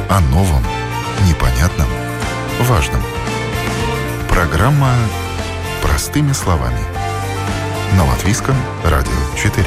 О новом, непонятном, важном. Программа «Простыми словами». На Латвийском радио 4.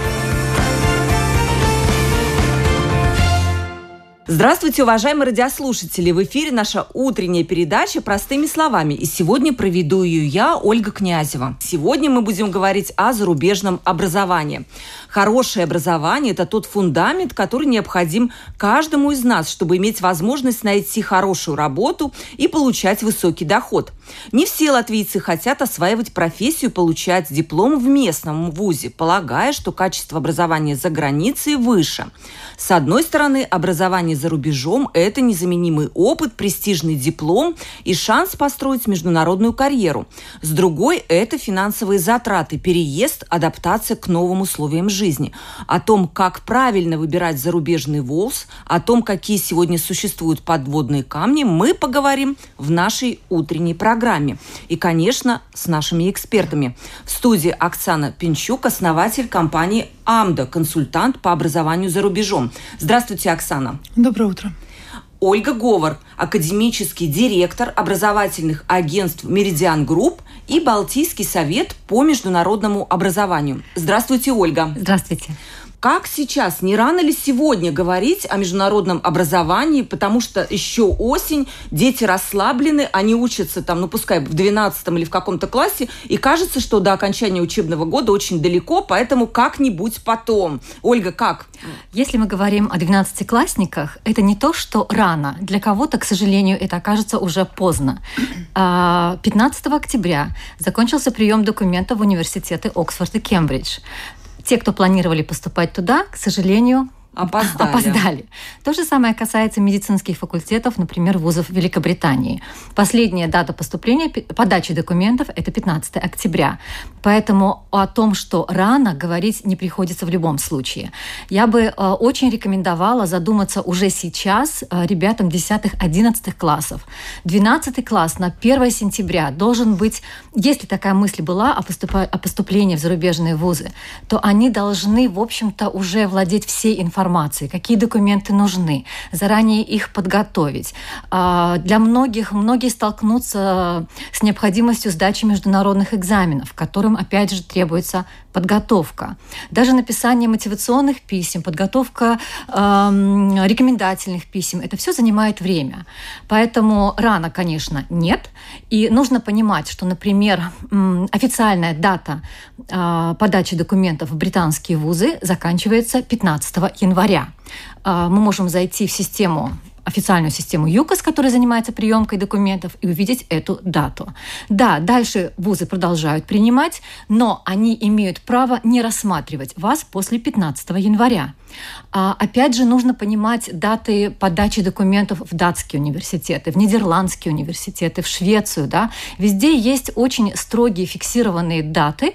Здравствуйте, уважаемые радиослушатели! В эфире наша утренняя передача «Простыми словами». И сегодня проведу ее я, Ольга Князева. Сегодня мы будем говорить о зарубежном образовании. Хорошее образование – это тот фундамент, который необходим каждому из нас, чтобы иметь возможность найти хорошую работу и получать высокий доход. Не все латвийцы хотят осваивать профессию, получать диплом в местном вузе, полагая, что качество образования за границей выше. С одной стороны, образование за рубежом – это незаменимый опыт, престижный диплом и шанс построить международную карьеру. С другой – это финансовые затраты, переезд, адаптация к новым условиям жизни. О том, как правильно выбирать зарубежный вуз, о том, какие сегодня существуют подводные камни, мы поговорим в нашей утренней программе. И, конечно, с нашими экспертами. В студии Оксана Пинчук, основатель компании «Амда», консультант по образованию за рубежом. Здравствуйте, Оксана. Доброе утро. Ольга Говор, академический директор образовательных агентств «Меридиан Групп» и Балтийский совет по международному образованию. Здравствуйте, Ольга. Здравствуйте. Как сейчас, не рано ли сегодня говорить о международном образовании, потому что еще осень, дети расслаблены, они учатся там, пускай в 12 или в каком-то классе, и кажется, что до окончания учебного года очень далеко, поэтому как-нибудь потом. Ольга, как? Если мы говорим о 12-классниках, это не то, что рано. Для кого-то, к сожалению, это окажется уже поздно. 15 октября закончился прием документов в университеты Оксфорд и Кембридж. Те, кто планировали поступать туда, к сожалению, опоздали. То же самое касается медицинских факультетов, например, вузов Великобритании. Последняя дата поступления, подачи документов – это 15 октября. Поэтому о том, что рано, говорить не приходится в любом случае. Я бы очень рекомендовала задуматься уже сейчас ребятам 10-11 классов. 12 класс на 1 сентября должен быть, если такая мысль была о поступлении в зарубежные вузы, то они должны, в общем-то, уже владеть всей информацией, какие документы нужны, заранее их подготовить. Для многие столкнутся с необходимостью сдачи международных экзаменов, к которым, опять же, требуется подготовка. Даже написание мотивационных писем, подготовка рекомендательных писем – это все занимает время. Поэтому рано, конечно, нет. И нужно понимать, что, например, официальная дата подачи документов в британские вузы заканчивается 15 января. Мы можем зайти в официальную систему ЮКОС, которая занимается приемкой документов, и увидеть эту дату. Да, дальше вузы продолжают принимать, но они имеют право не рассматривать вас после 15 января. Опять же, нужно понимать даты подачи документов в датские университеты, в нидерландские университеты, в Швецию. Да? Везде есть очень строгие фиксированные даты,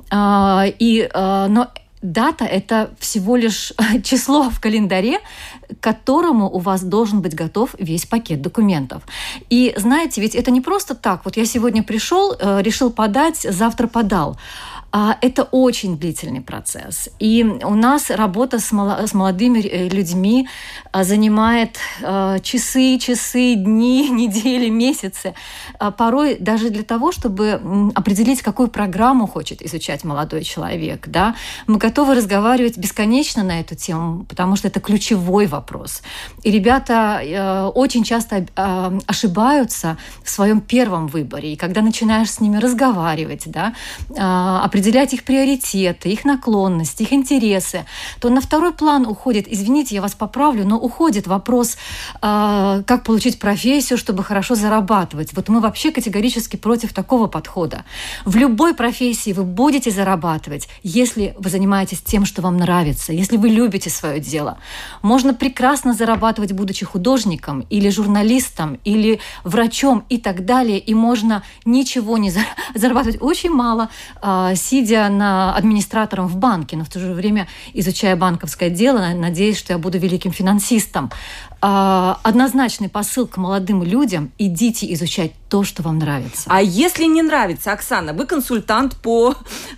но дата – это всего лишь число в календаре, к которому у вас должен быть готов весь пакет документов. И знаете, ведь это не просто так. Вот я сегодня пришел, решил подать, завтра подал. Это очень длительный процесс. И у нас работа с молодыми людьми занимает часы, дни, недели, месяцы. Порой даже для того, чтобы определить, какую программу хочет изучать молодой человек. Да? Мы готовы разговаривать бесконечно на эту тему, потому что это ключевой вопрос. И ребята очень часто ошибаются в своем первом выборе. И когда начинаешь с ними разговаривать, да, определять их приоритеты, их наклонности, их интересы, то на второй план уходит, извините, я вас поправлю, но уходит вопрос, как получить профессию, чтобы хорошо зарабатывать. Вот мы вообще категорически против такого подхода. В любой профессии вы будете зарабатывать, если вы занимаетесь тем, что вам нравится, если вы любите свое дело. Можно прекрасно зарабатывать, будучи художником или журналистом, или врачом и так далее, и можно ничего не зарабатывать очень мало, сидя администратором в банке, но в то же время изучая банковское дело, надеясь, что я буду великим финансистом. Однозначный посыл к молодым людям – идите изучать то, что вам нравится. А если не нравится, Оксана, вы консультант по,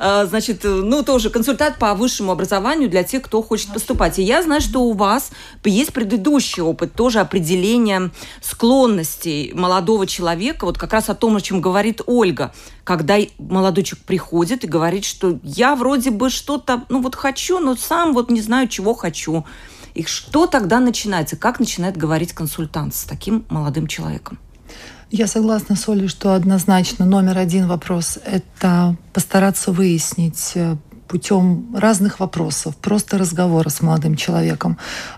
тоже консультант по высшему образованию для тех, кто хочет поступать. И я знаю, что у вас есть предыдущий опыт тоже определения склонностей молодого человека, вот как раз о том, о чем говорит Ольга, когда молодой человек приходит и говорит, что я вроде бы что-то, хочу, но сам не знаю, чего хочу. И что тогда начинается? Как начинает говорить консультант с таким молодым человеком? Я согласна с Олей, что однозначно номер один вопрос – это постараться выяснить путем разных вопросов, просто разговора с молодым человеком,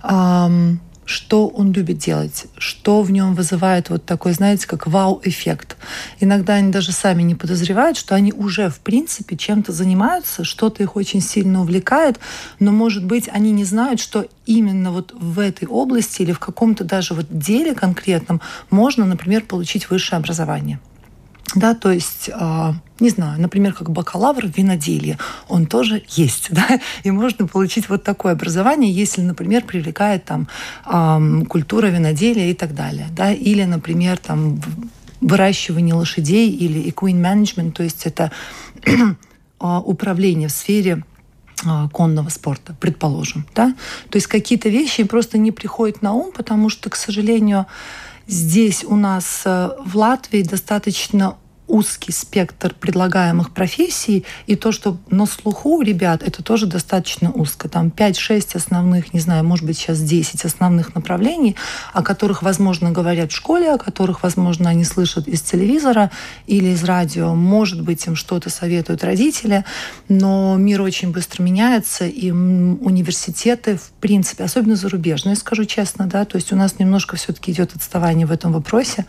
что он любит делать, что в нем вызывает вот такой, знаете, как вау-эффект. Иногда они даже сами не подозревают, что они уже, в принципе, чем-то занимаются, что-то их очень сильно увлекает, но, может быть, они не знают, что именно вот в этой области или в каком-то даже вот деле конкретном можно, например, получить высшее образование. Да, то есть, не знаю, например, как бакалавр в виноделии, он тоже есть, да, и можно получить вот такое образование, если, например, привлекает там культура виноделия и так далее, да, или, например, там выращивание лошадей или equine management, то есть это управление в сфере конного спорта, предположим, да, то есть какие-то вещи просто не приходят на ум, потому что, к сожалению, здесь у нас в Латвии достаточно узкий спектр предлагаемых профессий, и то, что на слуху у ребят, это тоже достаточно узко. Там 5-6 основных, не знаю, может быть, сейчас 10 основных направлений, о которых, возможно, говорят в школе, о которых, возможно, они слышат из телевизора или из радио. Может быть, им что-то советуют родители, но мир очень быстро меняется, и университеты, в принципе, особенно зарубежные, скажу честно, да, то есть у нас немножко все-таки идет отставание в этом вопросе.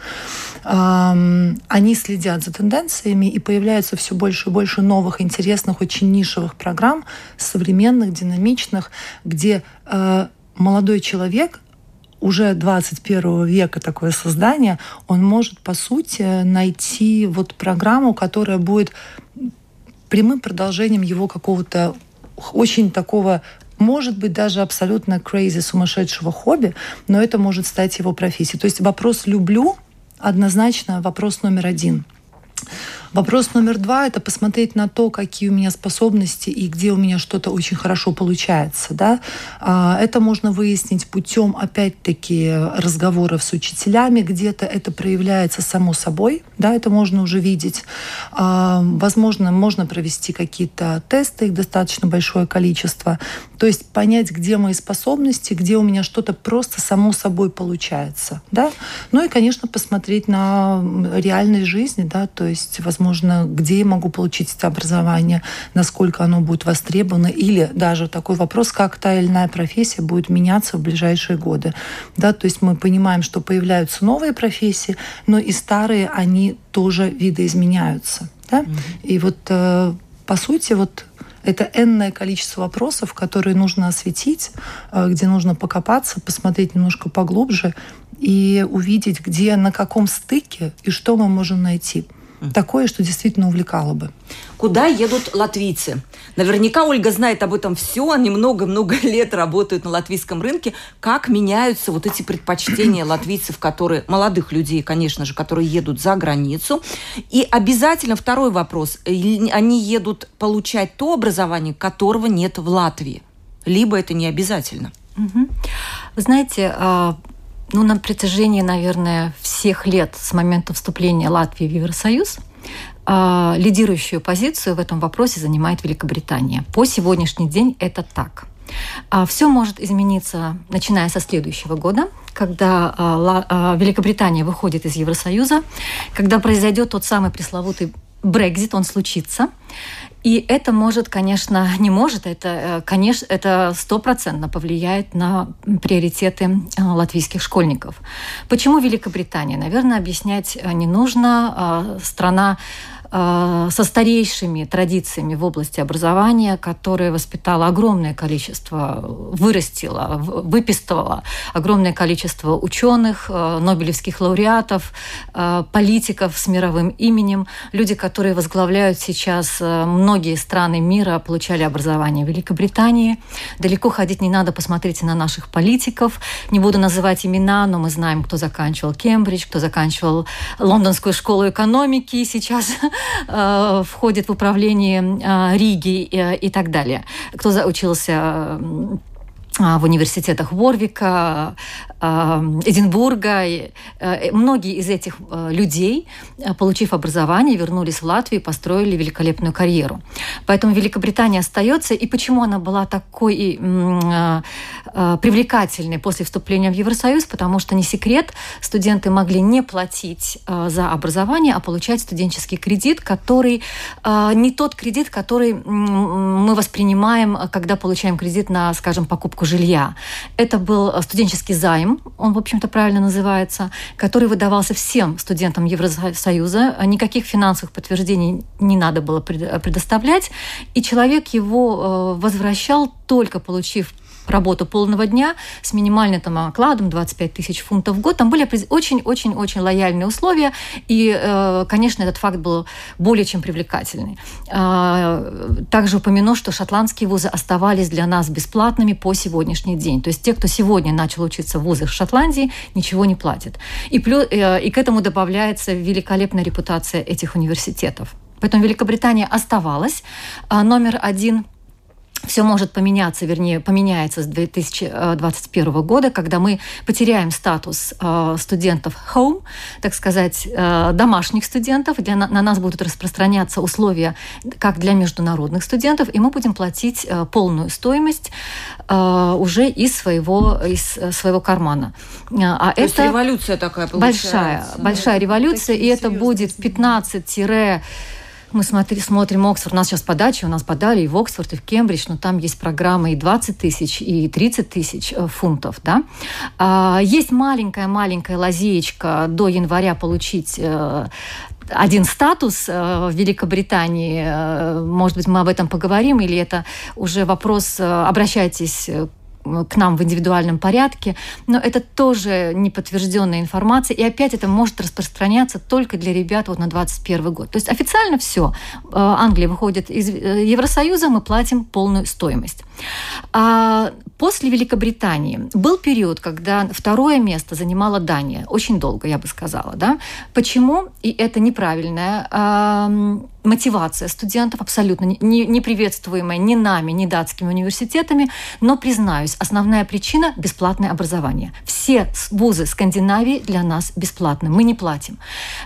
Они следят за тенденциями, и появляется все больше и больше новых, интересных, очень нишевых программ, современных, динамичных, где молодой человек, уже 21 века такое создание, он может, по сути, найти вот программу, которая будет прямым продолжением его какого-то очень такого, может быть, даже абсолютно crazy, сумасшедшего хобби, но это может стать его профессией. То есть вопрос «люблю» однозначно вопрос номер один. Вопрос номер два – это посмотреть на то, какие у меня способности и где у меня что-то очень хорошо получается. Да? Это можно выяснить путем, опять-таки, разговоров с учителями. Где-то это проявляется само собой. Да? Это можно уже видеть. Возможно, можно провести какие-то тесты, их достаточно большое количество. То есть понять, где мои способности, где у меня что-то просто само собой получается. Да? Ну и, конечно, посмотреть на реальность жизни. Да? То есть, возможно, где я могу получить это образование, насколько оно будет востребовано, или даже такой вопрос, как та или иная профессия будет меняться в ближайшие годы. Да, то есть мы понимаем, что появляются новые профессии, но и старые, они тоже видоизменяются. Да? И вот, по сути, вот это энное количество вопросов, которые нужно осветить, где нужно покопаться, посмотреть немножко поглубже и увидеть, где, на каком стыке и что мы можем найти. Такое, что действительно увлекало бы. Куда едут латвийцы? Наверняка Ольга знает об этом все. Они много-много лет работают на латвийском рынке. Как меняются вот эти предпочтения латвийцев, которые, молодых людей, конечно же, которые едут за границу? И обязательно второй вопрос. Они едут получать то образование, которого нет в Латвии? Либо это не обязательно? Вы знаете, на протяжении, наверное, всех лет с момента вступления Латвии в Евросоюз лидирующую позицию в этом вопросе занимает Великобритания. По сегодняшний день это так. Все может измениться, начиная со следующего года, когда Великобритания выходит из Евросоюза, когда произойдет тот самый пресловутый Брексит, он случится. И это может, конечно, не может, это 100% повлияет на приоритеты латвийских школьников. Почему Великобритания? Наверное, объяснять не нужно. Страна со старейшими традициями в области образования, которая воспитала огромное количество, вырастила, выпистывала огромное количество ученых, нобелевских лауреатов, политиков с мировым именем. Люди, которые возглавляют сейчас многие страны мира, получали образование в Великобритании. Далеко ходить не надо, посмотрите на наших политиков. Не буду называть имена, но мы знаем, кто заканчивал Кембридж, кто заканчивал Лондонскую школу экономики, сейчас входит в управление Риги и так далее. Кто учился в университетах Уорвика, Эдинбурга. Многие из этих людей, получив образование, вернулись в Латвию и построили великолепную карьеру. Поэтому Великобритания остается. И почему она была такой привлекательной после вступления в Евросоюз? Потому что, не секрет, студенты могли не платить за образование, а получать студенческий кредит, который не тот кредит, который мы воспринимаем, когда получаем кредит на, скажем, покупку жилья. Это был студенческий займ, он, в общем-то, правильно называется, который выдавался всем студентам Евросоюза. Никаких финансовых подтверждений не надо было предоставлять, и человек его возвращал, только получив работу полного дня с минимальным окладом 25 тысяч фунтов в год. Там были очень-очень-очень лояльные условия, и, конечно, этот факт был более чем привлекательный. Также упомяну, что шотландские вузы оставались для нас бесплатными по сегодняшний день. То есть те, кто сегодня начал учиться в вузах Шотландии, ничего не платят. И к этому добавляется великолепная репутация этих университетов. Поэтому Великобритания оставалась номер один. Все может поменяться, вернее, поменяется с 2021 года, когда мы потеряем статус студентов home, так сказать, домашних студентов. На нас будут распространяться условия, как для международных студентов, и мы будем платить полную стоимость уже из своего кармана. То есть революция такая получается. Большая революция, и это будет 15- Мы смотрим Оксфорд, у нас сейчас подачи, у нас подали и в Оксфорд, и в Кембридж, но там есть программы и 20 тысяч, и 30 тысяч фунтов. Да? Есть маленькая лазеечка до января получить один статус в Великобритании. Может быть, мы об этом поговорим, или это уже вопрос, обращайтесь к нам в индивидуальном порядке, но это тоже неподтвержденная информация, и опять это может распространяться только для ребят вот на 2021 год. То есть официально все. Англия выходит из Евросоюза, мы платим полную стоимость. После Великобритании был период, когда второе место занимала Дания. Очень долго, я бы сказала. Да? Почему? И это неправильная мотивация студентов, абсолютно не приветствуемая ни нами, ни датскими университетами, но, признаюсь, основная причина – бесплатное образование. Все вузы Скандинавии для нас бесплатны, мы не платим.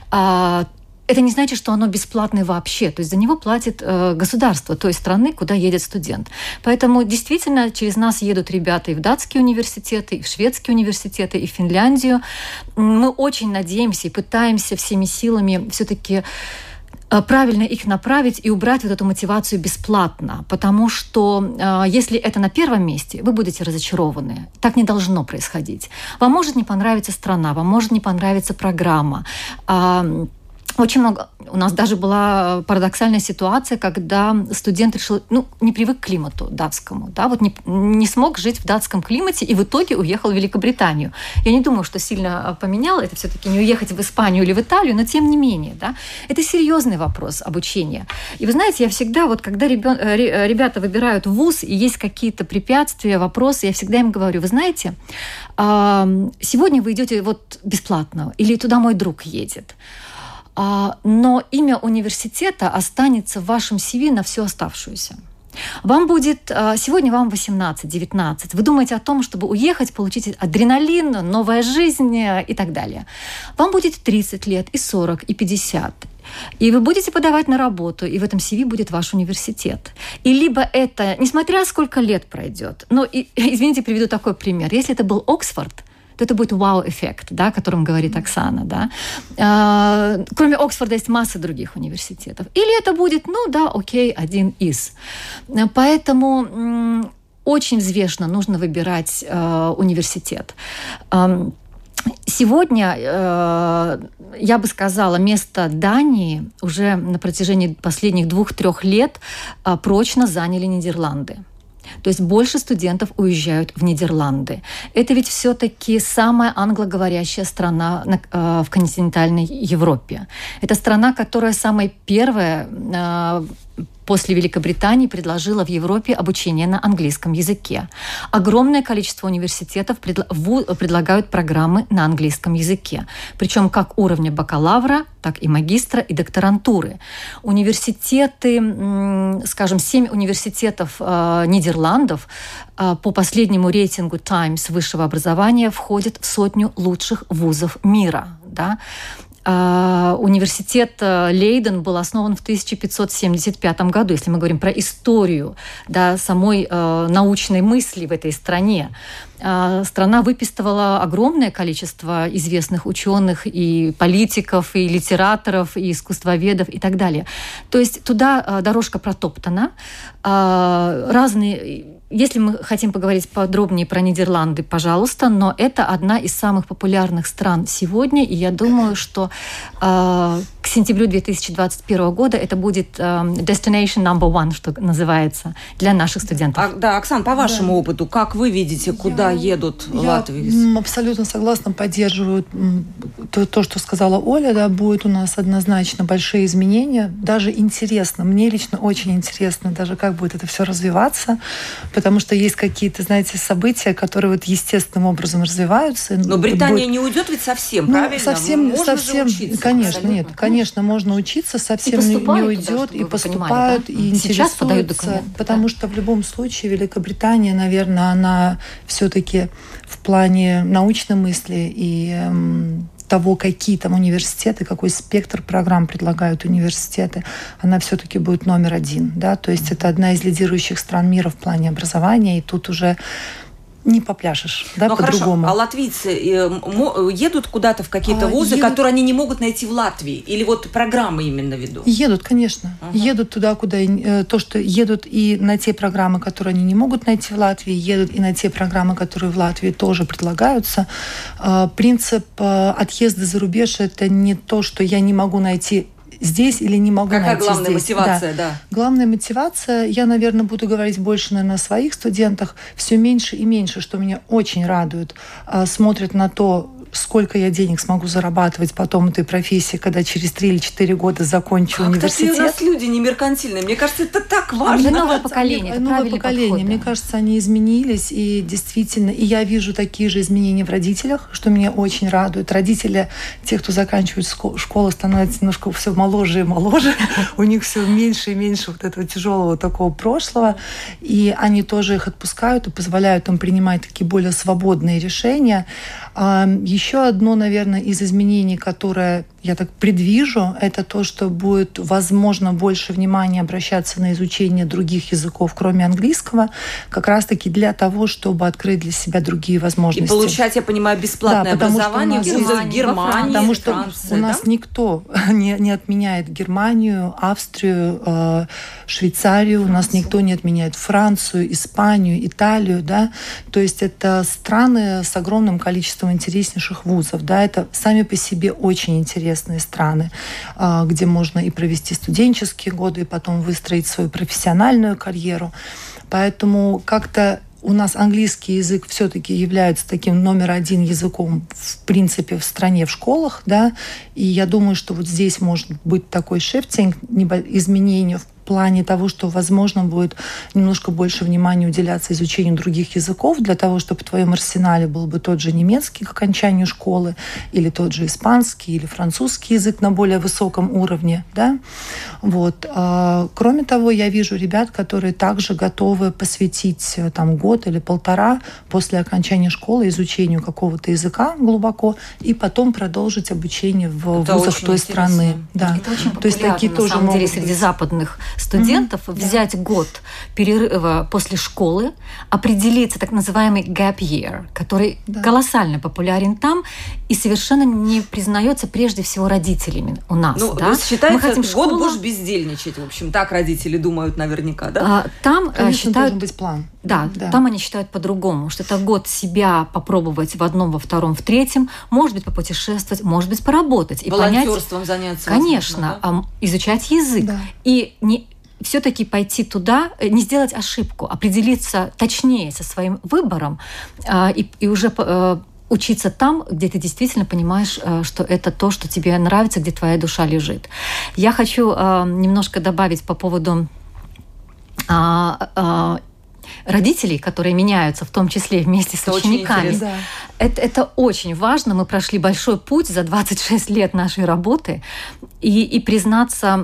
Это не значит, что оно бесплатное вообще. То есть за него платит государство той страны, куда едет студент. Поэтому действительно через нас едут ребята и в датские университеты, и в шведские университеты, и в Финляндию. Мы очень надеемся и пытаемся всеми силами все-таки правильно их направить и убрать вот эту мотивацию бесплатно. Потому что если это на первом месте, вы будете разочарованы. Так не должно происходить. Вам может не понравиться страна, вам может не понравиться программа. Очень много. У нас даже была парадоксальная ситуация, когда студент решил, не привык к климату датскому, да, вот не смог жить в датском климате и в итоге уехал в Великобританию. Я не думаю, что сильно поменяло это все-таки не уехать в Испанию или в Италию, но тем не менее, да, это серьезный вопрос обучения. И вы знаете, я всегда, вот когда ребята выбирают вуз и есть какие-то препятствия, вопросы, я всегда им говорю, вы знаете, сегодня вы идете вот бесплатно или туда мой друг едет. Но имя университета останется в вашем CV на всю оставшуюся. Сегодня вам 18-19. Вы думаете о том, чтобы уехать, получить адреналин, новая жизнь и так далее. Вам будет 30 лет, и 40, и 50. И вы будете подавать на работу, и в этом CV будет ваш университет. И либо это, несмотря сколько лет пройдет, извините, приведу такой пример. Если это был Оксфорд, то это будет вау-эффект, да, о котором говорит Оксана. Да? Кроме Оксфорда есть масса других университетов. Или это будет, один из. Поэтому очень взвешенно нужно выбирать университет. Сегодня, я бы сказала, место Дании уже на протяжении последних 2-3 лет прочно заняли Нидерланды. То есть больше студентов уезжают в Нидерланды. Это ведь все-таки самая англоговорящая страна в континентальной Европе. Это страна, которая самая первая после Великобритании предложила в Европе обучение на английском языке. Огромное количество университетов предлагают программы на английском языке. Причем как уровня бакалавра, так и магистра и докторантуры. Университеты, скажем, 7 университетов Нидерландов по последнему рейтингу Times высшего образования входят в 100 лучших вузов мира. Да? Университет Лейден был основан в 1575 году, если мы говорим про историю, да, самой научной мысли в этой стране. Страна выписывала огромное количество известных ученых и политиков, и литераторов, и искусствоведов и так далее. То есть туда дорожка протоптана. Разные... Если мы хотим поговорить подробнее про Нидерланды, пожалуйста, но это одна из самых популярных стран сегодня, и я думаю, что к сентябрю 2021 года это будет destination number one, что называется, для наших студентов. Да, Оксана, по вашему опыту, как вы видите, куда едут латвийцы? Я абсолютно согласна, поддерживаю то, что сказала Оля, да, будет у нас однозначно большие изменения. Даже интересно, мне лично очень интересно, даже как будет это все развиваться, потому что есть какие-то, знаете, события, которые вот естественным образом развиваются. Но Британия не уйдет ведь совсем, правильно? Совсем, учиться, конечно, абсолютно. Нет, конечно, можно учиться, совсем не уйдет, и поступают, да? И сейчас подают документы. Потому что в любом случае Великобритания, наверное, она все-таки в плане научной мысли и того, какие там университеты, какой спектр программ предлагают университеты, она все-таки будет номер 1. Да? То есть это одна из лидирующих стран мира в плане образования, и тут уже не попляшешь, да, по-другому. Хорошо, а латвийцы едут куда-то в какие-то вузы, которые они не могут найти в Латвии? Или вот программы именно ведут? Едут, конечно. Едут туда, куда... То, что едут и на те программы, которые они не могут найти в Латвии, едут и на те программы, которые в Латвии тоже предлагаются. Принцип отъезда за рубеж – это не то, что я не могу найти здесь или не могу найти здесь. Какая главная мотивация, да? Главная мотивация, я, наверное, буду говорить больше, наверное, о своих студентах, все меньше и меньше, что меня очень радует, смотрят на то, сколько я денег смогу зарабатывать потом этой профессии, когда через 3 или 4 года закончу университет. Такие у нас люди не меркантильные. Мне кажется, это так важно. Это новое поколение. Это новое поколение. Подход, да. Мне кажется, они изменились. И действительно, и я вижу такие же изменения в родителях, что меня очень радует. Родители, те, кто заканчивает школу, становятся немножко все моложе и моложе. У них все меньше и меньше вот этого тяжелого такого прошлого. И они тоже их отпускают и позволяют им принимать такие более свободные решения. Еще одно, наверное, из изменений, которое я так предвижу, это то, что будет, возможно, больше внимания обращаться на изучение других языков, кроме английского, как раз-таки для того, чтобы открыть для себя другие возможности. И получать, я понимаю, бесплатное образование в Германии, потому что Франции, у нас никто не отменяет Германию, Австрию, Швейцарию, у нас никто не отменяет Францию, Испанию, Италию, да, то есть это страны с огромным количеством интереснейших вузов, да, это сами по себе очень интересные страны, где можно и провести студенческие годы, и потом выстроить свою профессиональную карьеру. Поэтому как-то у нас английский язык все-таки является таким номер 1 языком, в принципе, в стране, в школах, да, и я думаю, что вот здесь может быть такой шифтинг, изменение в плане того, что, возможно, будет немножко больше внимания уделяться изучению других языков для того, чтобы в твоем арсенале был бы тот же немецкий к окончанию школы, или тот же испанский, или французский язык на более высоком уровне. Да? Вот. Кроме того, я вижу ребят, которые также готовы посвятить там, год или 1,5 после окончания школы изучению какого-то языка глубоко и потом продолжить обучение в вузах той страны. Да. Это очень популярно, на самом деле, среди западных студентов взять год перерыва после школы, определиться так называемый gap year, который колоссально популярен там и совершенно не признается прежде всего родителями у нас. Считается, мы хотим год будешь бездельничать, в общем, так родители думают наверняка, да? Там считают, должен быть план. Да, там они считают по-другому, что это год себя попробовать в одном, во втором, в третьем, может быть, попутешествовать, может быть, поработать. И волонтерством заняться. Конечно, возможно, да? Изучать язык. Да. И все-таки пойти туда, не сделать ошибку, определиться точнее со своим выбором и уже учиться там, где ты действительно понимаешь, что это то, что тебе нравится, где твоя душа лежит. Я хочу немножко добавить по поводу родителей, которые меняются, в том числе вместе с учениками. Это очень важно. Мы прошли большой путь за 26 лет нашей работы. И признаться,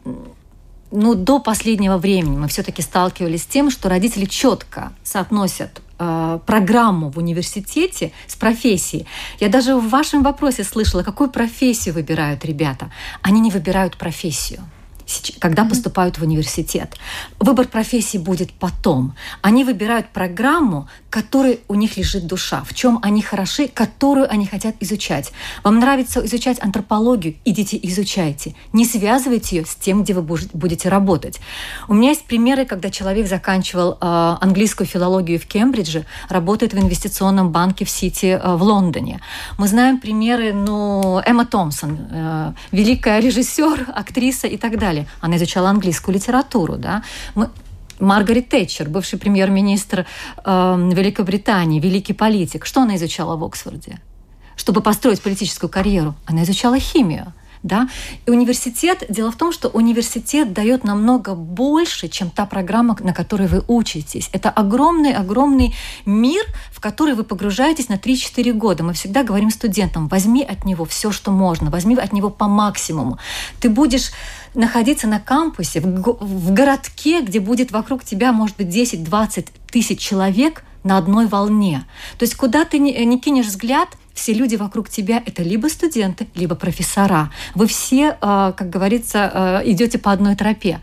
до последнего времени мы все-таки сталкивались с тем, что родители четко соотносят программу в университете с профессией. Я даже в вашем вопросе слышала, какую профессию выбирают ребята. Они не выбирают профессию, когда поступают в университет. Выбор профессии будет потом. Они выбирают программу, в которой у них лежит душа, в чем они хороши, которую они хотят изучать. Вам нравится изучать антропологию? Идите изучайте. Не связывайте ее с тем, где вы будете работать. У меня есть примеры, когда человек заканчивал английскую филологию в Кембридже, работает в инвестиционном банке в Сити в Лондоне. Мы знаем примеры, Эмма Томпсон, великая режиссер, актриса и так далее. Она изучала английскую литературу, да. Маргарет Тэтчер, бывший премьер-министр Великобритании, великий политик. Что она изучала в Оксфорде? Чтобы построить политическую карьеру, она изучала химию. Да? И университет, дело в том, что университет дает намного больше, чем та программа, на которой вы учитесь. Это огромный мир, в который вы погружаетесь на 3-4 года. Мы всегда говорим студентам: возьми от него все, что можно, возьми от него по максимуму. Ты будешь находиться на кампусе, в городке, где будет вокруг тебя, может быть, 10-20 тысяч человек на одной волне. То есть куда ты не кинешь взгляд, все люди вокруг тебя – это либо студенты, либо профессора. Вы все, как говорится, идете по одной тропе.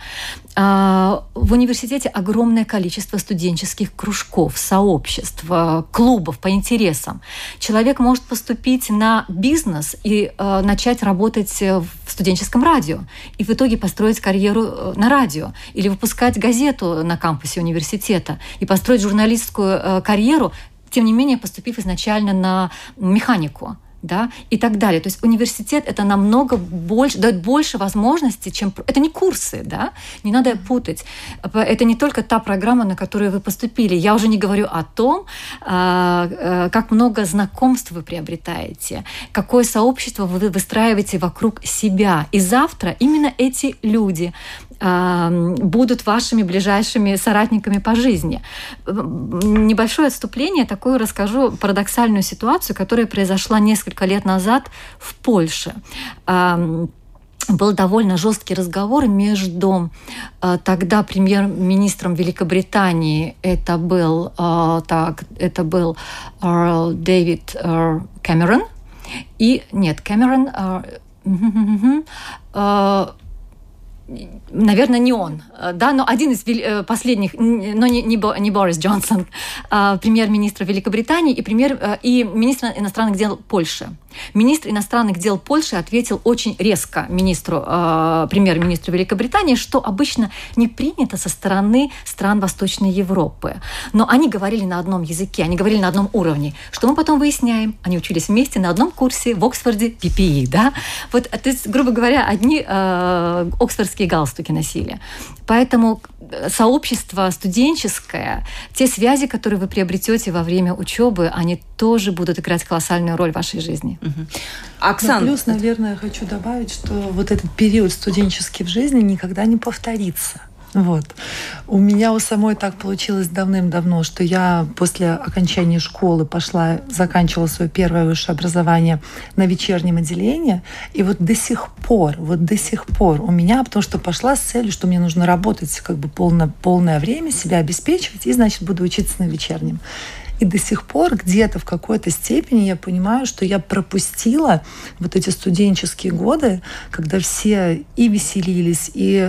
В университете огромное количество студенческих кружков, сообществ, клубов по интересам. Человек может поступить на бизнес и начать работать в студенческом радио, и в итоге построить карьеру на радио, или выпускать газету на кампусе университета, и построить журналистскую карьеру, тем не менее поступив изначально на механику. Да, и так далее. То есть университет это намного больше, дает больше возможностей, чем... Это не курсы, да? Не надо путать. Это не только та программа, на которую вы поступили. Я уже не говорю о том, как много знакомств вы приобретаете, какое сообщество вы выстраиваете вокруг себя. И завтра именно эти люди будут вашими ближайшими соратниками по жизни. Небольшое отступление, такую расскажу парадоксальную ситуацию, которая произошла несколько лет назад в Польше. Был довольно жесткий разговор между тогда премьер-министром Великобритании, это был Дэвид Кэмерон, наверное, не он, да, но один из последних, но не Борис Джонсон, премьер-министр Великобритании и министр иностранных дел Польши. Министр иностранных дел Польши ответил очень резко премьер-министру Великобритании, что обычно не принято со стороны стран Восточной Европы. Но они говорили на одном языке, они говорили на одном уровне. Что мы потом выясняем? Они учились вместе на одном курсе в Оксфорде PPE, да? Вот, то есть, грубо говоря, одни оксфордские галстуки носили. Поэтому сообщество студенческое, те связи, которые вы приобретете во время учебы, они тоже будут играть колоссальную роль в вашей жизни. Оксана. Плюс, наверное, я хочу добавить, что вот этот период студенческий в жизни никогда не повторится. Вот. У меня у самой так получилось давным-давно, что я после окончания школы заканчивала свое первое высшее образование на вечернем отделении. И вот до сих пор у меня, потому что пошла с целью, что мне нужно работать как бы полное время, себя обеспечивать, и, значит, буду учиться на вечернем. И до сих пор где-то в какой-то степени я понимаю, что я пропустила вот эти студенческие годы, когда все и веселились, и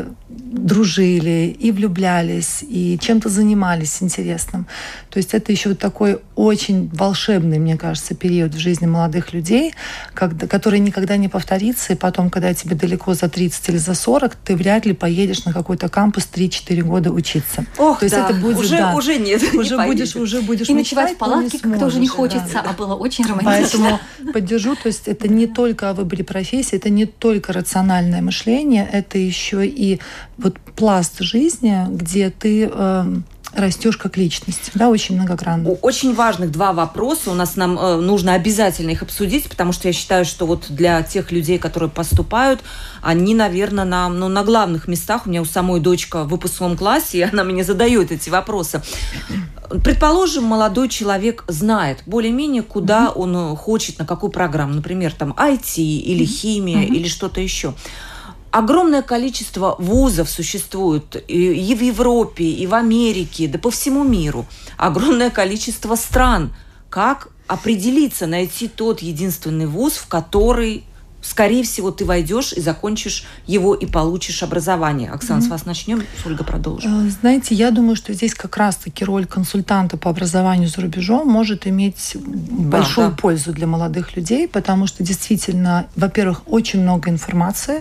дружили, и влюблялись, и чем-то занимались интересным. То есть это еще вот такой очень волшебный, мне кажется, период в жизни молодых людей, который никогда не повторится, и потом, когда тебе далеко за 30 или за 40, ты вряд ли поедешь на какой-то кампус 3-4 года учиться. Ох, то есть да, это будет, уже нет, уже будешь и мечтать, ночевать в палатке как-то уже не хочется, да. а было очень романтично. Поэтому поддержу, то есть это не только о выборе профессии, это не только рациональное мышление, это еще и вот пласт жизни, где ты растешь как личность, да, очень многогранно. Очень важных 2 вопроса. Нам нужно обязательно их обсудить, потому что я считаю, что вот для тех людей, которые поступают, они, наверное, на главных местах. У меня у самой дочка в выпускном классе, и она мне задает эти вопросы. Предположим, молодой человек знает более-менее, куда он хочет, на какую программу. Например, там IT или химия или что-то еще. Огромное количество вузов существует и в Европе, и в Америке, да по всему миру. Огромное количество стран. Как определиться, найти тот единственный вуз, в который, скорее всего, ты войдешь и закончишь его и получишь образование? Оксана, с вас начнем, с Ольгой продолжим. Знаете, я думаю, что здесь как раз-таки роль консультанта по образованию за рубежом может иметь большую пользу для молодых людей, потому что действительно, во-первых, очень много информации,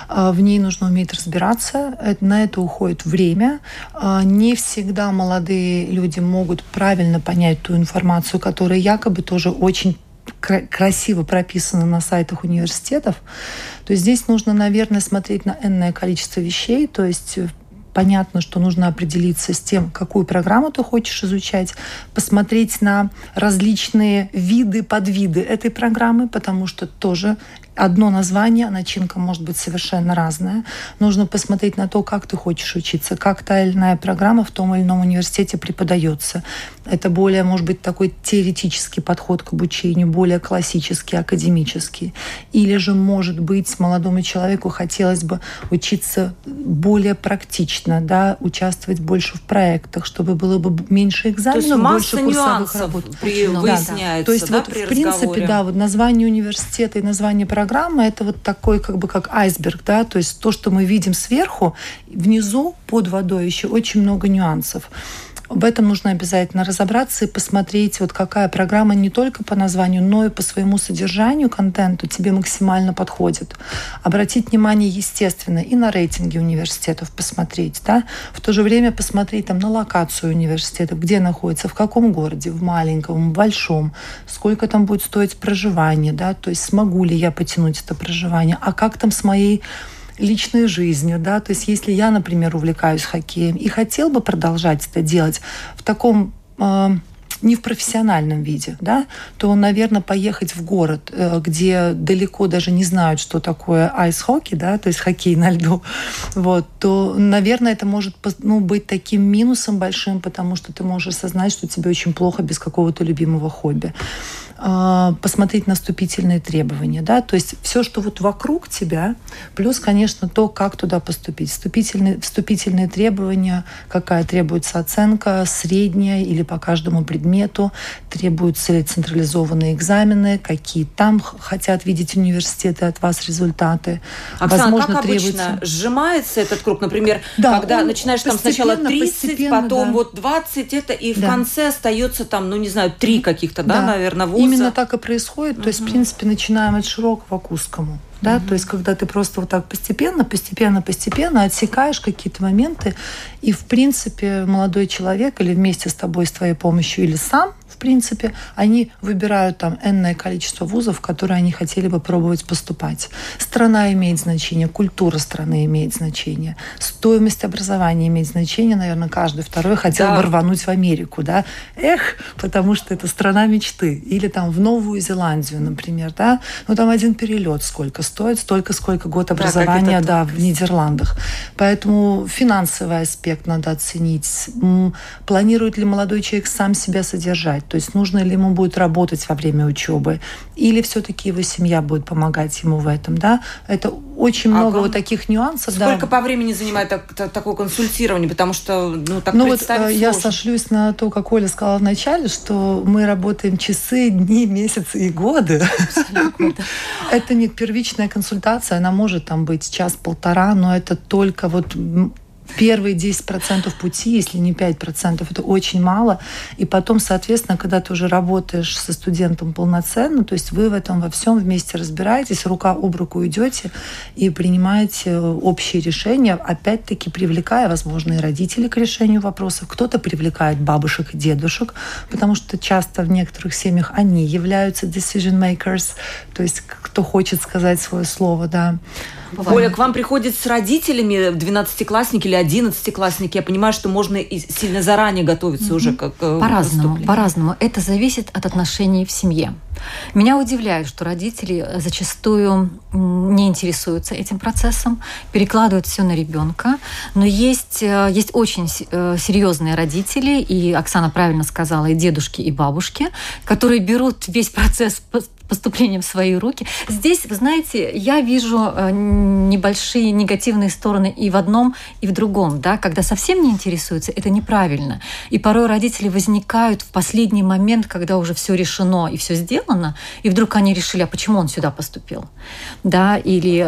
в ней нужно уметь разбираться, на это уходит время. Не всегда молодые люди могут правильно понять ту информацию, которая якобы тоже очень красиво прописано на сайтах университетов, то здесь нужно, наверное, смотреть на энное количество вещей, то есть понятно, что нужно определиться с тем, какую программу ты хочешь изучать, посмотреть на различные виды, подвиды этой программы, потому что тоже одно название, начинка может быть совершенно разная. Нужно посмотреть на то, как ты хочешь учиться, как та или иная программа в том или ином университете преподается. Это более, может быть, такой теоретический подход к обучению, более классический, академический. Или же, может быть, молодому человеку хотелось бы учиться более практично, да, участвовать больше в проектах, чтобы было бы меньше экзаменов, больше курсовых работ. Выясняется, то есть, да, вот, в принципе, да, вот название университета и название программы это вот такой как айсберг, да, то есть то, что мы видим сверху, внизу под водой еще очень много нюансов. В этом нужно обязательно разобраться и посмотреть, вот какая программа не только по названию, но и по своему содержанию, контенту тебе максимально подходит. Обратить внимание, естественно, и на рейтинги университетов посмотреть, да, в то же время посмотреть там на локацию университетов, где находится, в каком городе, в маленьком, в большом, сколько там будет стоить проживание, да, то есть смогу ли я потянуть это проживание, а как там с моей личной жизнью, да, то есть если я, например, увлекаюсь хоккеем и хотел бы продолжать это делать в таком не в профессиональном виде, да, то, наверное, поехать в город, где далеко даже не знают, что такое айс-хоккей, да, то есть хоккей на льду, вот, то, наверное, это может быть таким минусом большим, потому что ты можешь осознать, что тебе очень плохо без какого-то любимого хобби. Посмотреть на вступительные требования, да, то есть все, что вот вокруг тебя, плюс, конечно, то, как туда поступить. Вступительные требования, какая требуется оценка, средняя или по каждому предмету, требуются ли централизованные экзамены, какие там хотят видеть университеты от вас результаты. Оксана, возможно, как обычно сжимается этот круг, например, да, когда начинаешь там сначала 30, потом вот 20, это, и в конце остается там, 3 каких-то, да, наверное, вуза. Именно так и происходит. То есть, в принципе, начинаем от широкого к узкому. Да? То есть, когда ты просто вот так постепенно отсекаешь какие-то моменты, и, в принципе, молодой человек или вместе с тобой, с твоей помощью, или сам, в принципе, они выбирают там энное количество вузов, в которые они хотели бы пробовать поступать. Страна имеет значение, культура страны имеет значение, стоимость образования имеет значение, наверное, каждый второй хотел бы рвануть в Америку, да, потому что это страна мечты. Или там в Новую Зеландию, например, да, там один перелет сколько стоит, столько, сколько год образования, в Нидерландах. Поэтому финансовый аспект надо оценить. Планирует ли молодой человек сам себя содержать? То есть нужно ли ему будет работать во время учебы? Или все-таки его семья будет помогать ему в этом? Да? Это очень много вот таких нюансов. Сколько по времени занимает такое консультирование? Потому что, так представить сложно. Я сошлюсь на то, как Оля сказала вначале, что мы работаем часы, дни, месяцы и годы. Это не первичная консультация, она может там быть час-полтора, но это только вот первые 10% пути, если не 5%, это очень мало. И потом, соответственно, когда ты уже работаешь со студентом полноценно, то есть вы в этом во всем вместе разбираетесь, рука об руку идете и принимаете общие решения, опять-таки привлекая, возможно, и родителей к решению вопросов. Кто-то привлекает бабушек и дедушек, потому что часто в некоторых семьях они являются decision makers, то есть кто хочет сказать свое слово, да. Оля, к вам приходят с родителями 12-классники или 11-классники. Я понимаю, что можно и сильно заранее готовиться уже к выступлению. По-разному. Это зависит от отношений в семье. Меня удивляет, что родители зачастую не интересуются этим процессом, перекладывают все на ребенка. Но есть очень серьезные родители, и Оксана правильно сказала, и дедушки, и бабушки, которые берут весь процесс поступления в свои руки. Здесь, вы знаете, я вижу небольшие негативные стороны и в одном, и в другом. Да? Когда совсем не интересуются, это неправильно. И порой родители возникают в последний момент, когда уже все решено и все сделано, и вдруг они решили, а почему он сюда поступил? Да? Или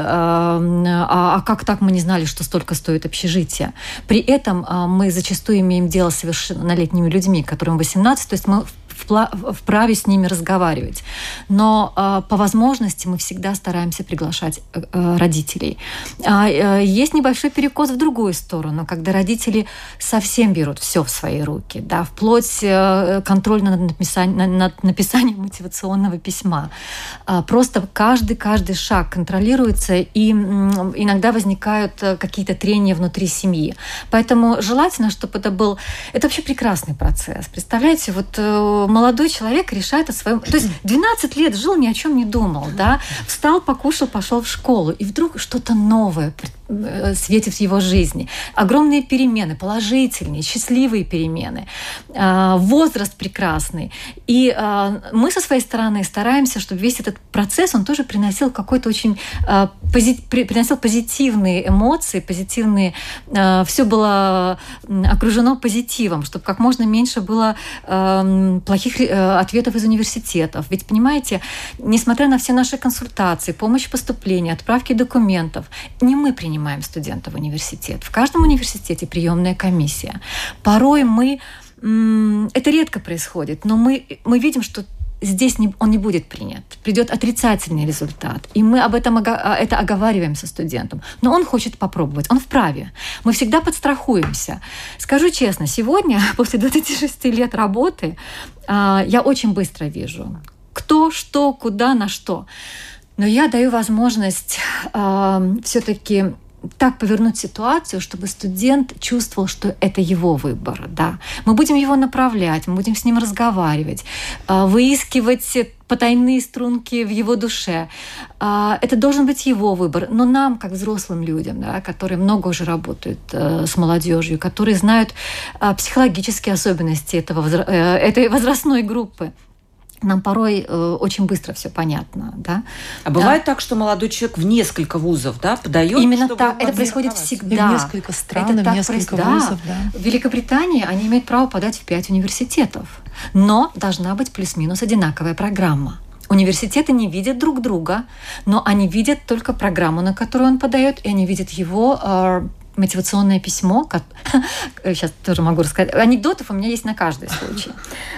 а как так мы не знали, что столько стоит общежитие? При этом мы зачастую имеем дело с совершеннолетними людьми, которым 18, то есть мы вправе с ними разговаривать. Но по возможности мы всегда стараемся приглашать родителей. Есть небольшой перекос в другую сторону, когда родители совсем берут все в свои руки, да, вплоть контроль над написанием мотивационного письма. Просто каждый шаг контролируется, и иногда возникают какие-то трения внутри семьи. Поэтому желательно, чтобы это был... Это вообще прекрасный процесс. Представляете, вот молодой человек решает о своем... То есть 12 лет жил, ни о чем не думал, да? Встал, покушал, пошел в школу, и вдруг что-то новое светит в его жизни. Огромные перемены, положительные, счастливые перемены. Возраст прекрасный. И мы со своей стороны стараемся, чтобы весь этот процесс, он тоже приносил какой-то очень... приносил позитивные эмоции, позитивные... Все было окружено позитивом, чтобы как можно меньше было плохих ответов из университетов. Ведь, понимаете, несмотря на все наши консультации, помощь в поступлении, отправки документов, не мы принимаем студента в университет. В каждом университете приемная комиссия. Порой это редко происходит, но мы видим, что здесь он не будет принят. Придет отрицательный результат. И мы это оговариваем со студентом. Но он хочет попробовать. Он вправе. Мы всегда подстрахуемся. Скажу честно, сегодня, после 26 лет работы, я очень быстро вижу, кто, что, куда, на что. Но я даю возможность все-таки так повернуть ситуацию, чтобы студент чувствовал, что это его выбор. Да. Мы будем его направлять, мы будем с ним разговаривать, выискивать потайные струнки в его душе. Это должен быть его выбор. Но нам, как взрослым людям, да, которые много уже работают с молодежью, которые знают психологические особенности этой возрастной группы, нам порой очень быстро все понятно, да. А бывает так, что молодой человек в несколько вузов, да, подает? Именно так. Это происходит всегда. И в несколько стран, и в несколько вузов, да. В Великобритании они имеют право подать в 5 университетов. Но должна быть плюс-минус одинаковая программа. Университеты не видят друг друга, но они видят только программу, на которую он подает, и они видят его мотивационное письмо. Сейчас тоже могу рассказать. Анекдотов у меня есть на каждый случай.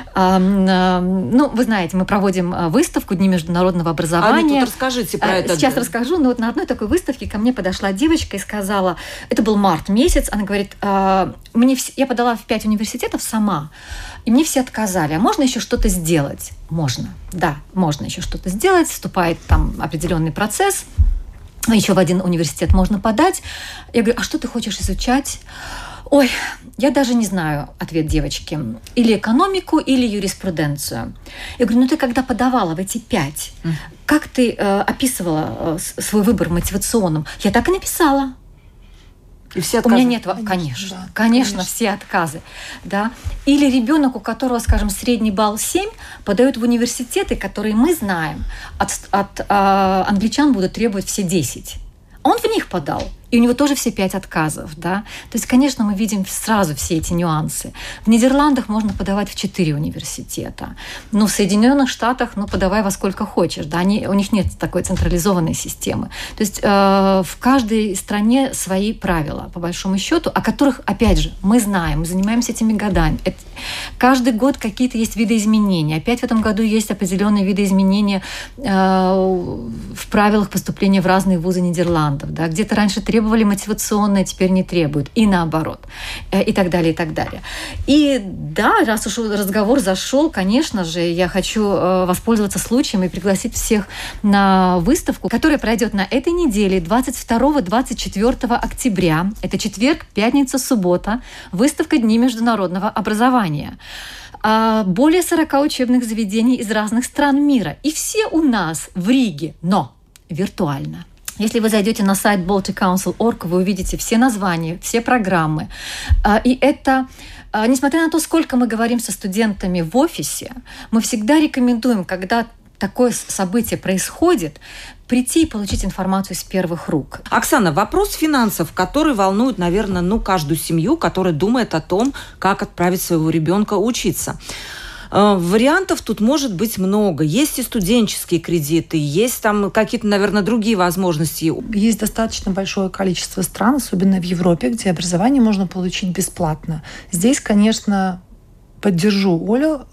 Вы знаете, мы проводим выставку Дни международного образования. Тут расскажите про это. Сейчас расскажу. Но вот на одной такой выставке ко мне подошла девочка и сказала, это был март месяц, она говорит, я подала в 5 университетов сама, и мне все отказали. А можно еще что-то сделать? Можно. Да, можно еще что-то сделать. Вступает там определенный процесс. Еще в один университет можно подать. Я говорю, а что ты хочешь изучать? Ой, я даже не знаю, ответ девочки. Или экономику, или юриспруденцию. Я говорю, ты когда подавала в эти 5, как ты описывала свой выбор мотивационным? Я так и написала. И все отказы? У меня нет, конечно, все отказы. Да. Или ребенок, у которого, скажем, средний балл 7, подает в университеты, которые мы знаем, от англичан будут требовать все 10. Он в них подал. И у него тоже все 5 отказов, да. То есть, конечно, мы видим сразу все эти нюансы. В Нидерландах можно подавать в 4 университета. Но в Соединенных Штатах, подавай во сколько хочешь, да. У них нет такой централизованной системы. То есть в каждой стране свои правила, по большому счету, о которых, опять же, мы знаем, мы занимаемся этими годами. Каждый год какие-то есть видоизменения. Опять в этом году есть определенные видоизменения в правилах поступления в разные вузы Нидерландов, да. Где-то раньше требовали мотивационное, теперь не требуют. И наоборот. И так далее, и так далее. И да, раз уж разговор зашел, конечно же, я хочу воспользоваться случаем и пригласить всех на выставку, которая пройдет на этой неделе 22-24 октября. Это четверг, пятница, суббота. Выставка Дни международного образования. Более 40 учебных заведений из разных стран мира. И все у нас в Риге, но виртуально. Если вы зайдете на сайт balticcouncil.org, вы увидите все названия, все программы. И это, несмотря на то, сколько мы говорим со студентами в офисе, мы всегда рекомендуем, когда такое событие происходит, прийти и получить информацию с первых рук. Оксана, вопрос финансов, который волнует, наверное, каждую семью, которая думает о том, как отправить своего ребенка учиться. Вариантов тут может быть много. Есть и студенческие кредиты, есть там какие-то, наверное, другие возможности. Есть достаточно большое количество стран, особенно в Европе, где образование можно получить бесплатно. Здесь, конечно, поддержу Олю.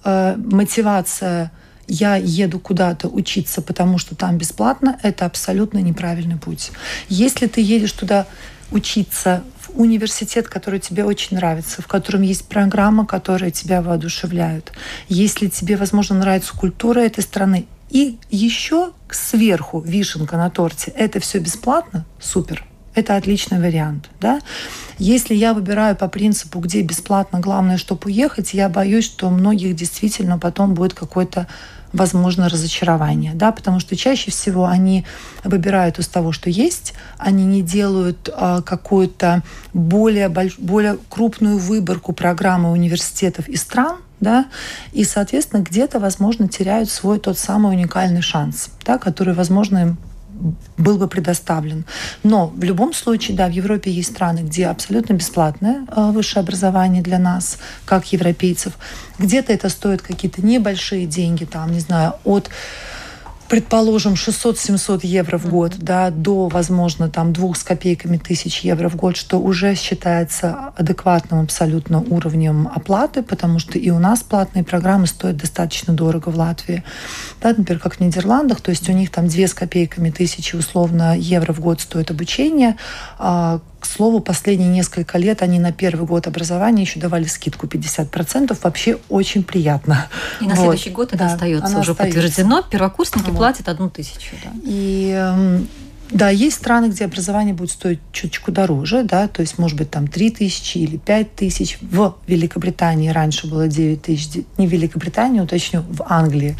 Мотивация «я еду куда-то учиться, потому что там бесплатно» — это абсолютно неправильный путь. Если ты едешь туда учиться в университет, который тебе очень нравится, в котором есть программа, которая тебя воодушевляет, если тебе, возможно, нравится культура этой страны, и еще сверху вишенка на торте, это все бесплатно, супер. Это отличный вариант. Да? Если я выбираю по принципу, где бесплатно, главное, чтобы уехать, я боюсь, что у многих действительно потом будет какой-то, возможно, разочарование, да, потому что чаще всего они выбирают из того, что есть, они не делают какую-то более крупную выборку программы университетов и стран, да, и, соответственно, где-то, возможно, теряют свой тот самый уникальный шанс, да, который, возможно, им был бы предоставлен. Но в любом случае, да, в Европе есть страны, где абсолютно бесплатное высшее образование для нас, как европейцев. Где-то это стоит какие-то небольшие деньги, там, не знаю, от, предположим, 600-700 евро в год, да, до, возможно, там 2 с копейками тысяч евро в год, что уже считается адекватным абсолютно уровнем оплаты, потому что и у нас платные программы стоят достаточно дорого в Латвии. Да, например, как в Нидерландах, то есть у них там 2 с копейками тысячи, условно, евро в год стоит обучение. К слову, последние несколько лет они на первый год образования еще давали скидку 50%. Вообще очень приятно. И на следующий год это остается уже подтверждено. Первокурсники платят 1000. Да. И да, есть страны, где образование будет стоить чуточку дороже, да, то есть, может быть, там 3000 или 5000. В Великобритании раньше было 9000, не в Великобритании, уточню, в Англии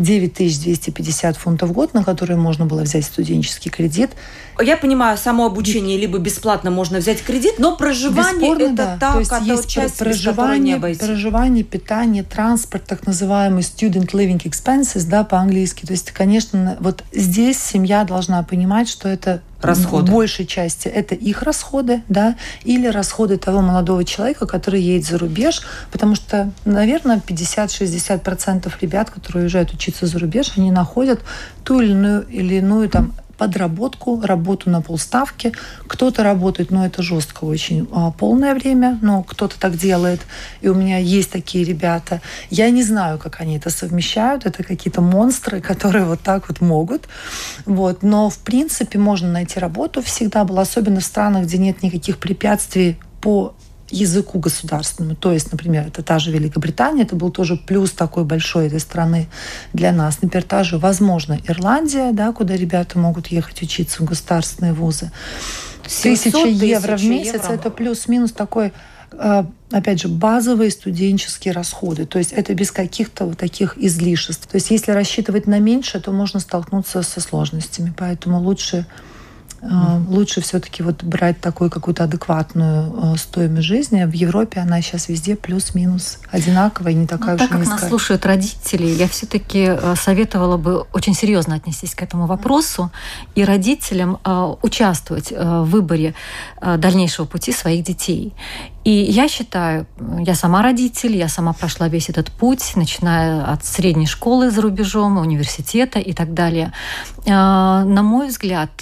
9250 фунтов в год, на которые можно было взять студенческий кредит. Я понимаю, само обучение либо бесплатно можно взять кредит, но проживание — это та часть, без которой не обойти. Проживание, питание, транспорт, так называемый student living expenses, да, по-английски. То есть, конечно, вот здесь семья должна понимать, что это расходы. В большей части это их расходы, да, или расходы того молодого человека, который едет за рубеж, потому что, наверное, 50-60% ребят, которые уезжают учиться за рубеж, они находят ту или иную там подработку, работу на полставки. Кто-то работает, но это жестко очень, полное время, но кто-то так делает. И у меня есть такие ребята. Я не знаю, как они это совмещают. Это какие-то монстры, которые вот так вот могут. Вот. Но, в принципе, можно найти работу всегда было, особенно в странах, где нет никаких препятствий по языку государственному. То есть, например, это та же Великобритания, это был тоже плюс такой большой этой страны для нас. Например, та же, возможно, Ирландия, да, куда ребята могут ехать учиться в государственные вузы. 1000 евро в месяц — это плюс-минус такой, опять же, базовые студенческие расходы. То есть это без каких-то вот таких излишеств. То есть если рассчитывать на меньше, то можно столкнуться со сложностями. Поэтому лучше Лучше все-таки вот брать такую какую-то адекватную стоимость жизни. В Европе она сейчас везде плюс-минус одинаковая, не такая уж низкая. Так как нас слушают родители, я все-таки советовала бы очень серьезно отнестись к этому вопросу и родителям участвовать в выборе дальнейшего пути своих детей. И я считаю, я сама родитель, я сама прошла весь этот путь, начиная от средней школы за рубежом, университета и так далее. На мой взгляд,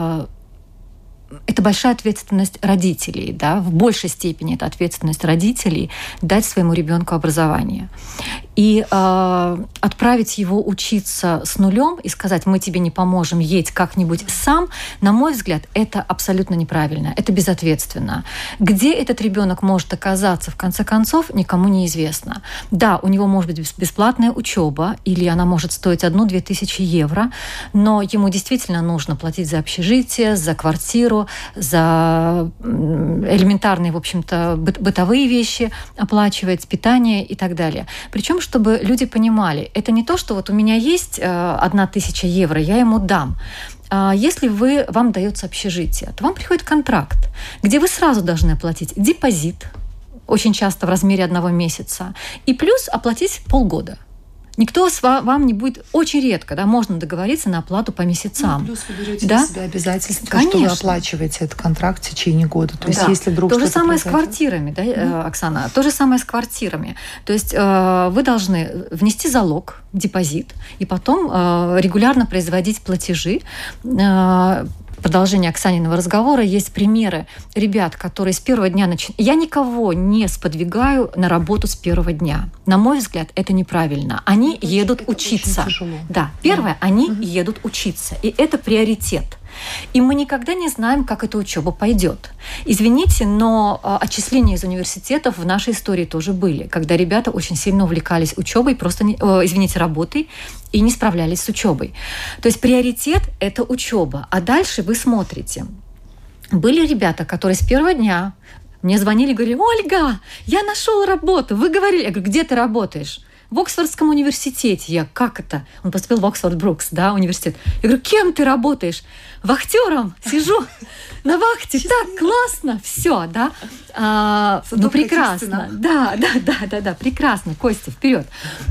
это большая ответственность родителей, да, в большей степени это ответственность родителей дать своему ребенку образование. И отправить его учиться с нулем и сказать, мы тебе не поможем, едь как-нибудь сам, на мой взгляд, это абсолютно неправильно, это безответственно. Где этот ребенок может оказаться, в конце концов, никому не известно. Да, у него может быть бесплатная учеба, или она может стоить 1-2 тысячи евро, но ему действительно нужно платить за общежитие, за квартиру, за элементарные, в общем-то, бытовые вещи, оплачивать питание и так далее. Причем, чтобы люди понимали, это не то, что вот у меня есть 1000 евро, я ему дам. Если вам дается общежитие, то вам приходит контракт, где вы сразу должны оплатить депозит, очень часто в размере 1 месяца, и плюс оплатить полгода. Никто вам не будет, очень редко, да, можно договориться на оплату по месяцам. Плюс вы берете на себя обязательства, что вы оплачиваете этот контракт в течение года. То есть, если вдруг то же самое с квартирами, да, Оксана, то же самое с квартирами. То есть вы должны внести залог, депозит, и потом регулярно производить платежи. Продолжение Оксаниного разговора, есть примеры ребят, которые с первого дня начинают. Я никого не сподвигаю на работу с первого дня. На мой взгляд, это неправильно. Они едут учиться. Да, первое, они едут учиться. И это приоритет. И мы никогда не знаем, как эта учеба пойдет. Извините, но отчисления из университетов в нашей истории тоже были, когда ребята очень сильно увлекались учебой, работой, и не справлялись с учебой. То есть приоритет – это учеба. А дальше вы смотрите. Были ребята, которые с первого дня мне звонили и говорили: «Ольга, я нашел работу». Вы говорили, я говорю: «Где ты работаешь?» В Оксфордском университете. Я: как это? Он поступил в Оксфорд Брукс, да, университет. Я говорю: кем ты работаешь? Вахтером. Сижу на вахте. Так классно. Все, да. Ну, прекрасно. Да, прекрасно. Костя, вперед.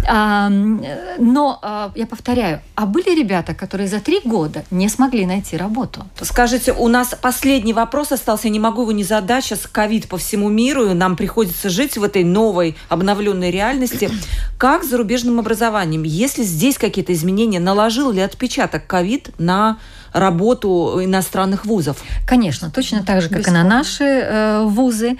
Но я повторяю, а были ребята, которые за 3 года не смогли найти работу? Скажите, у нас последний вопрос остался, я не могу его не задать. Сейчас ковид по всему миру, и нам приходится жить в этой новой обновленной реальности. Как с зарубежным образованием? Есть ли здесь какие-то изменения? Наложил ли отпечаток ковид на работу иностранных вузов? Конечно, точно так же, как и на наши вузы.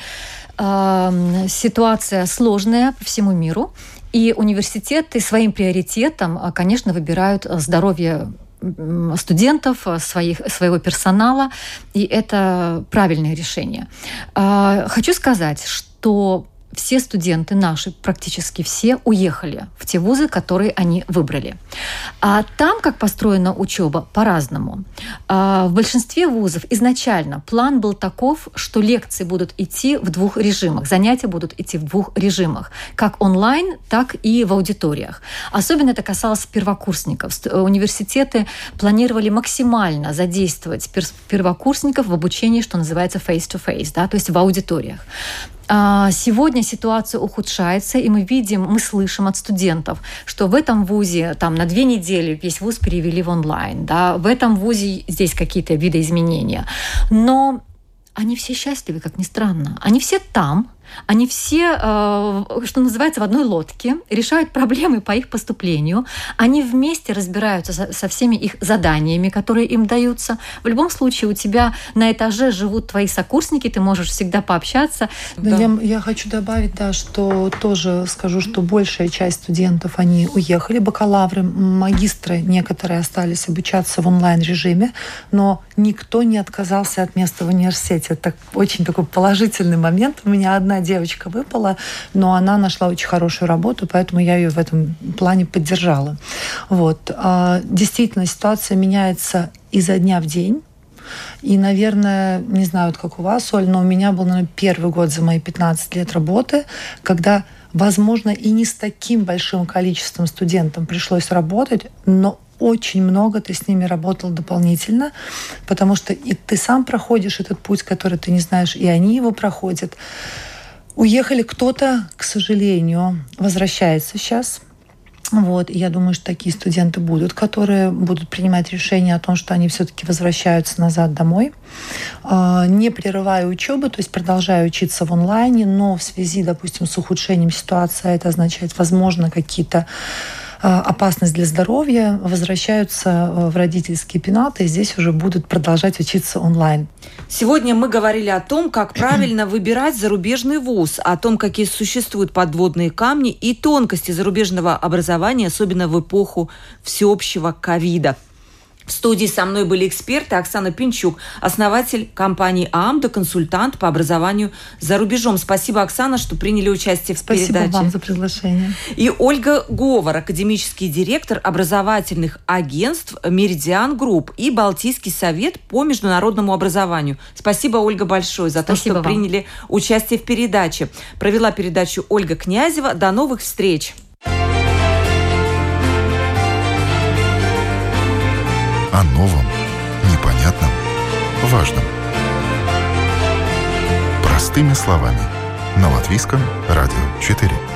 Ситуация сложная по всему миру. И университеты своим приоритетом, конечно, выбирают здоровье студентов, своего персонала. И это правильное решение. Хочу сказать, что все студенты наши, практически все, уехали в те вузы, которые они выбрали. А там, как построена учеба, по-разному. В большинстве вузов изначально план был таков, что лекции будут идти в 2 режимах, занятия будут идти в 2 режимах, как онлайн, так и в аудиториях. Особенно это касалось первокурсников. Университеты планировали максимально задействовать первокурсников в обучении, что называется face-to-face, да, то есть в аудиториях. Сегодня ситуация ухудшается, и мы слышим от студентов, что в этом вузе там, на 2 недели весь вуз перевели в онлайн, да, в этом вузе здесь какие-то видоизменения. Но они все счастливы, как ни странно. Они все там, они все, что называется, в одной лодке, решают проблемы по их поступлению. Они вместе разбираются со всеми их заданиями, которые им даются. В любом случае у тебя на этаже живут твои сокурсники, ты можешь всегда пообщаться. Да. Я хочу добавить, да, что тоже скажу, что большая часть студентов, они уехали, бакалавры, магистры некоторые остались обучаться в онлайн-режиме, но никто не отказался от места в университете. Это очень такой положительный момент. У меня одна девочка выпала, но она нашла очень хорошую работу, поэтому я ее в этом плане поддержала. Вот. Действительно, ситуация меняется изо дня в день. И, наверное, не знаю, вот как у вас, Оль, но у меня был, наверное, первый год за мои 15 лет работы, когда, возможно, и не с таким большим количеством студентов пришлось работать, но очень много ты с ними работал дополнительно, потому что и ты сам проходишь этот путь, который ты не знаешь, и они его проходят. Уехали кто-то, к сожалению, возвращается сейчас. Вот. И я думаю, что такие студенты будут, которые будут принимать решение о том, что они все-таки возвращаются назад домой, не прерывая учебу, то есть продолжая учиться в онлайне, но в связи, допустим, с ухудшением ситуации, это означает, возможно, какие-то опасность для здоровья, возвращаются в родительские пенаты и здесь уже будут продолжать учиться онлайн. Сегодня мы говорили о том, как правильно выбирать зарубежный вуз, о том, какие существуют подводные камни и тонкости зарубежного образования, особенно в эпоху всеобщего ковида. В студии со мной были эксперты: Оксана Пинчук, основатель компании ААМДА, консультант по образованию за рубежом. Спасибо, Оксана, что приняли участие в передаче. Спасибо вам за приглашение. И Ольга Говор, академический директор образовательных агентств «Меридиан Групп» и Балтийский совет по международному образованию. Спасибо, Ольга, большое за то, что приняли участие в передаче. Провела передачу Ольга Князева. До новых встреч! О новом, непонятном, важном. Простыми словами. На Латвийском радио 4.